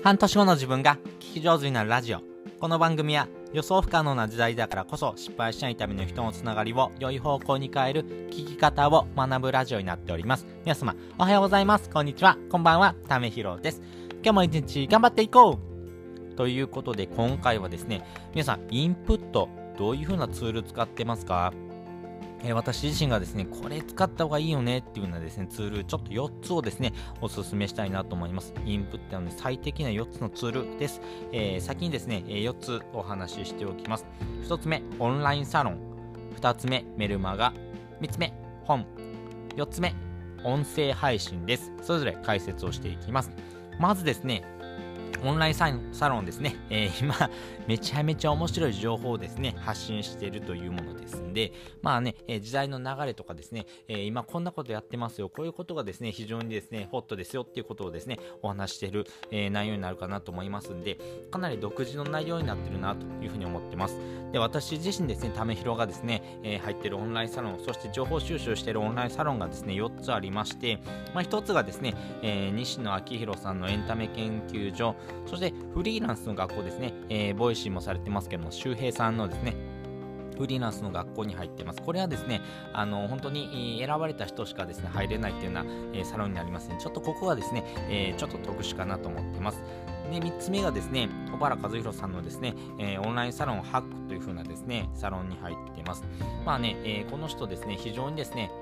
半年後の自分が聞き上手になるラジオ。この番組は予想不可能な時代だからこそ失敗しないための人のつながりを良い方向に変える聞き方を学ぶラジオになっております。皆様おはようございます。こんにちは。こんばんは。ためひろです。今日も一日頑張っていこうということで、今回はですね、皆さんインプットどういう風なツール使ってますか？私自身がですね、これ使った方がいいよねっていうようなですね、ツール、ちょっと4つをですね、お勧めしたいなと思います。インプットの最適な4つのツールです。先にですね、4つお話ししておきます。1つ目、オンラインサロン。2つ目、メルマガ。3つ目、本。4つ目、音声配信です。それぞれ解説をしていきます。まずですね、オンラインサロンですね、今めちゃめちゃ面白い情報をですね発信しているというものですんで、時代の流れとかですね、今こんなことやってますよ、こういうことがですね非常にですねホットですよっていうことをですねお話している、内容になるかなと思いますんで、かなり独自の内容になってるなというふうに思ってます。で、私自身ですね、ためひろがですね、入っているオンラインサロン、そして情報収集しているオンラインサロンがですね4つありまして、1つがですね、西野昭弘さんのエンタメ研究所、そしてフリーランスの学校ですね、ボイシーもされてますけども、周平さんのですねフリーランスの学校に入ってます。これはですね、本当に選ばれた人しかですね入れないっていうような、サロンになりますね。ちょっとここがですね、ちょっと特殊かなと思ってます。で、3つ目がですね、小原和弘さんのですね、オンラインサロンハックという風なですねサロンに入ってます。この人ですね、非常にですね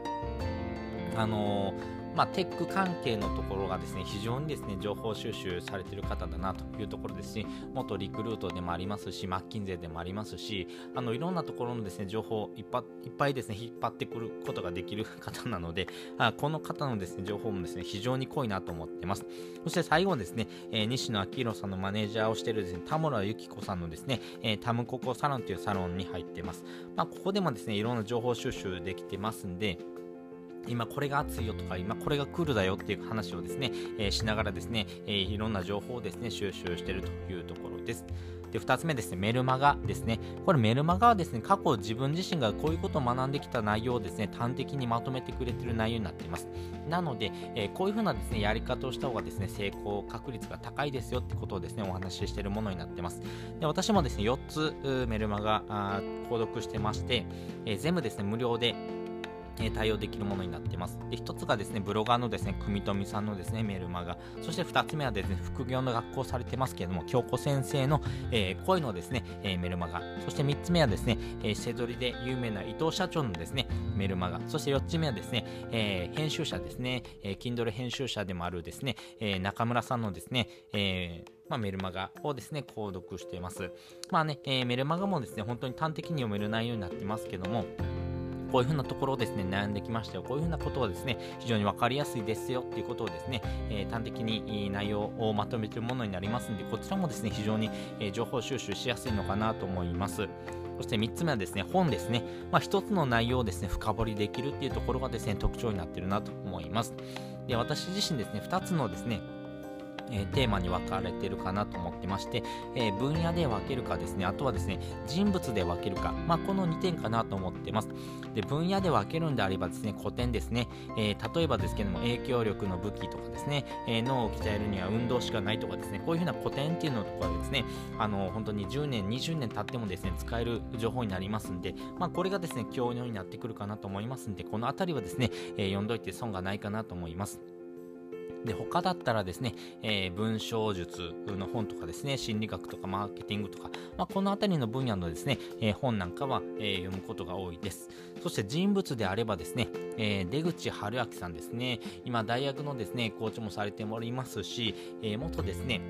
テック関係のところがですね非常にですね情報収集されている方だなというところですし、元リクルートでもありますし、マッキンゼーでもありますし、いろんなところのですね情報をいっぱいですね引っ張ってくることができる方なので、この方のですね情報もですね非常に濃いなと思っています。そして最後ですね、西野昭弘さんのマネージャーをしているですね田村由紀子さんのですね、タムココサロンというサロンに入っています。ここでもですねいろんな情報収集できてますんで、今これが熱いよとか、今これがクールだよっていう話をですね、しながらですね、いろんな情報をですね収集しているというところです。で、2つ目ですね、メルマガですね。これメルマガはですね、過去自分自身がこういうことを学んできた内容をですね端的にまとめてくれている内容になっています。なので、こういうふうなですねやり方をした方がですね成功確率が高いですよってことをですねお話ししているものになっています。で、私もですね4つメルマガ購読してまして、全部ですね無料で対応できるものになっています。で、一つがですねブロガーのですね組富さんのですねメルマガ、そして二つ目はですね副業の学校されてますけれども京子先生の、声のですね、メルマガ、そして三つ目はですね、セドリで有名な伊藤社長のですねメルマガ、そして四つ目はですね、編集者ですね、Kindle 編集者でもあるですね、中村さんのですね、メルマガをですね購読しています。メルマガもですね本当に端的に読める内容になってますけども、こういうふうなところをですね悩んできましたよ、こういうふうなことはですね非常に分かりやすいですよっていうことをですね、端的に内容をまとめているものになりますので、こちらもですね非常に、情報収集しやすいのかなと思います。そして3つ目はですね本ですね。一つの内容をですね深掘りできるっていうところがですね特徴になっているなと思います。で、私自身ですね2つのですねテーマに分かれているかなと思ってまして、分野で分けるかですね、あとはですね人物で分けるか、この2点かなと思ってます。で、分野で分けるんであればですね古典ですね、例えばですけども影響力の武器とかですね、脳を鍛えるには運動しかないとかですね、こういうふうな古典っていうのとかですね本当に10年20年経ってもですね使える情報になりますんで、これがですね教養になってくるかなと思いますんで、このあたりはですね、読んどいて損がないかなと思います。で、他だったらですね、文章術の本とかですね、心理学とかマーケティングとか、このあたりの分野のですね、本なんかは、読むことが多いです。そして人物であればですね、出口春明さんですね、今大学のですね、コーチもされておりますし、元ですね、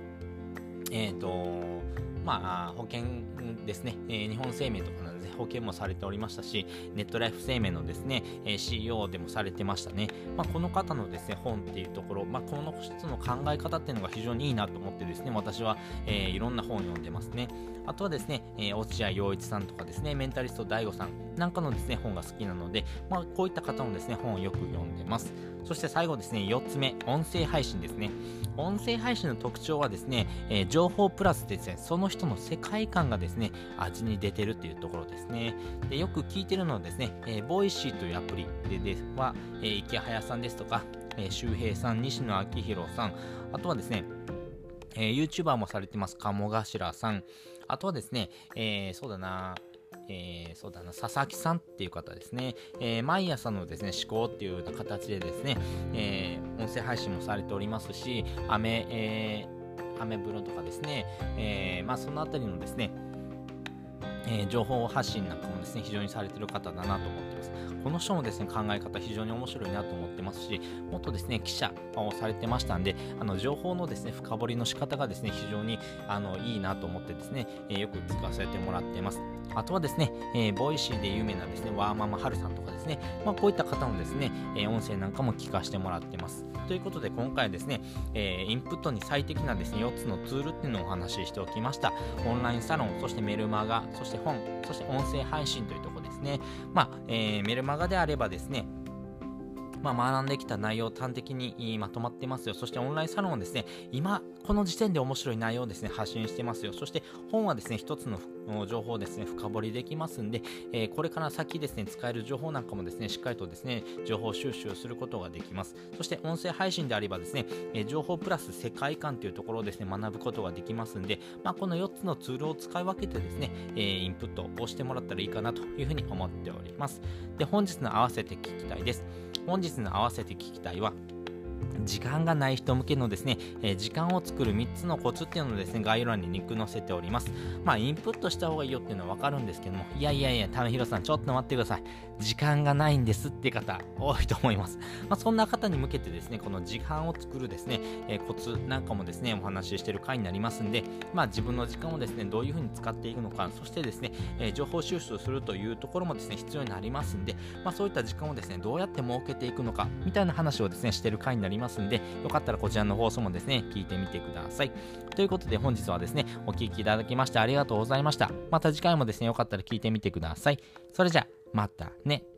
保険ですね、日本生命とかなんですね、保険もされておりましたし、ネットライフ生命のですね、CEO でもされてましたね。この方のですね、本っていうところ、この人の考え方っていうのが非常にいいなと思ってですね、私は、いろんな本を読んでますね。あとはですね、落合陽一さんとかですね、メンタリスト DAIGO さんなんかのですね、本が好きなので、こういった方のですね、本をよく読んでます。そして最後ですね、4つ目、音声配信ですね。音声配信の特徴はですね、情報プラスですね、その人の世界観がですね、味に出てるっていうところですね。で、よく聞いてるのはですね、ボイシーというアプリでは、池早さんですとか、周平さん、西野昭弘さん、あとはですね、 YouTuber もされてます鴨頭さん、あとはですね、そうだな、佐々木さんっていう方ですね、毎朝のですね思考っていうような形でですね、音声配信もされておりますし、アメブロとかですね、そのあたりのですね、情報発信なんかもですね非常にされている方だなと思っています。この人のですね考え方非常に面白いなと思ってますし、もっとですね記者をされてましたんで、情報のですね深掘りの仕方がですね非常にいいなと思ってですね、よく聞かせてもらっています。あとはですね、ボイシーで有名なですねワーママハルさんとかですね、こういった方のですね、音声なんかも聞かせてもらってます。ということで今回はですね、インプットに最適なですね4つのツールっていうのをお話ししておきました。オンラインサロン、そしてメルマガ、そして本、そして音声配信というところですね。メルマガであればですね、学んできた内容を端的にまとまってますよ。そしてオンラインサロンはですね、今この時点で面白い内容をですね発信してますよ。そして本はですね一つの情報をですね深掘りできますんで、これから先ですね使える情報なんかもですねしっかりとですね情報収集することができます。そして音声配信であればですね、情報プラス世界観というところをですね学ぶことができますんで、この4つのツールを使い分けてですね、インプットをしてもらったらいいかなというふうに思っております。で、本日の合わせて聞きたいです。本日の合わせて聞きたいは、時間がない人向けのですね、時間を作る3つのコツっていうのをですね概要欄にリンク載せております。インプットした方がいいよっていうのは分かるんですけども、いやためひろさんちょっと待ってください、時間がないんですっていう方多いと思います。そんな方に向けてですねこの時間を作るですね、コツなんかもですねお話ししている回になりますんで、自分の時間をですねどういうふうに使っていくのか、そしてですね、情報収集するというところもですね必要になりますんで、そういった時間をですねどうやって設けていくのかみたいな話をですねしている回になりますんで、よかったらこちらの放送もですね聞いてみてください。ということで本日はですねお聞きいただきましてありがとうございました。また次回もですねよかったら聞いてみてください。それじゃあまたね。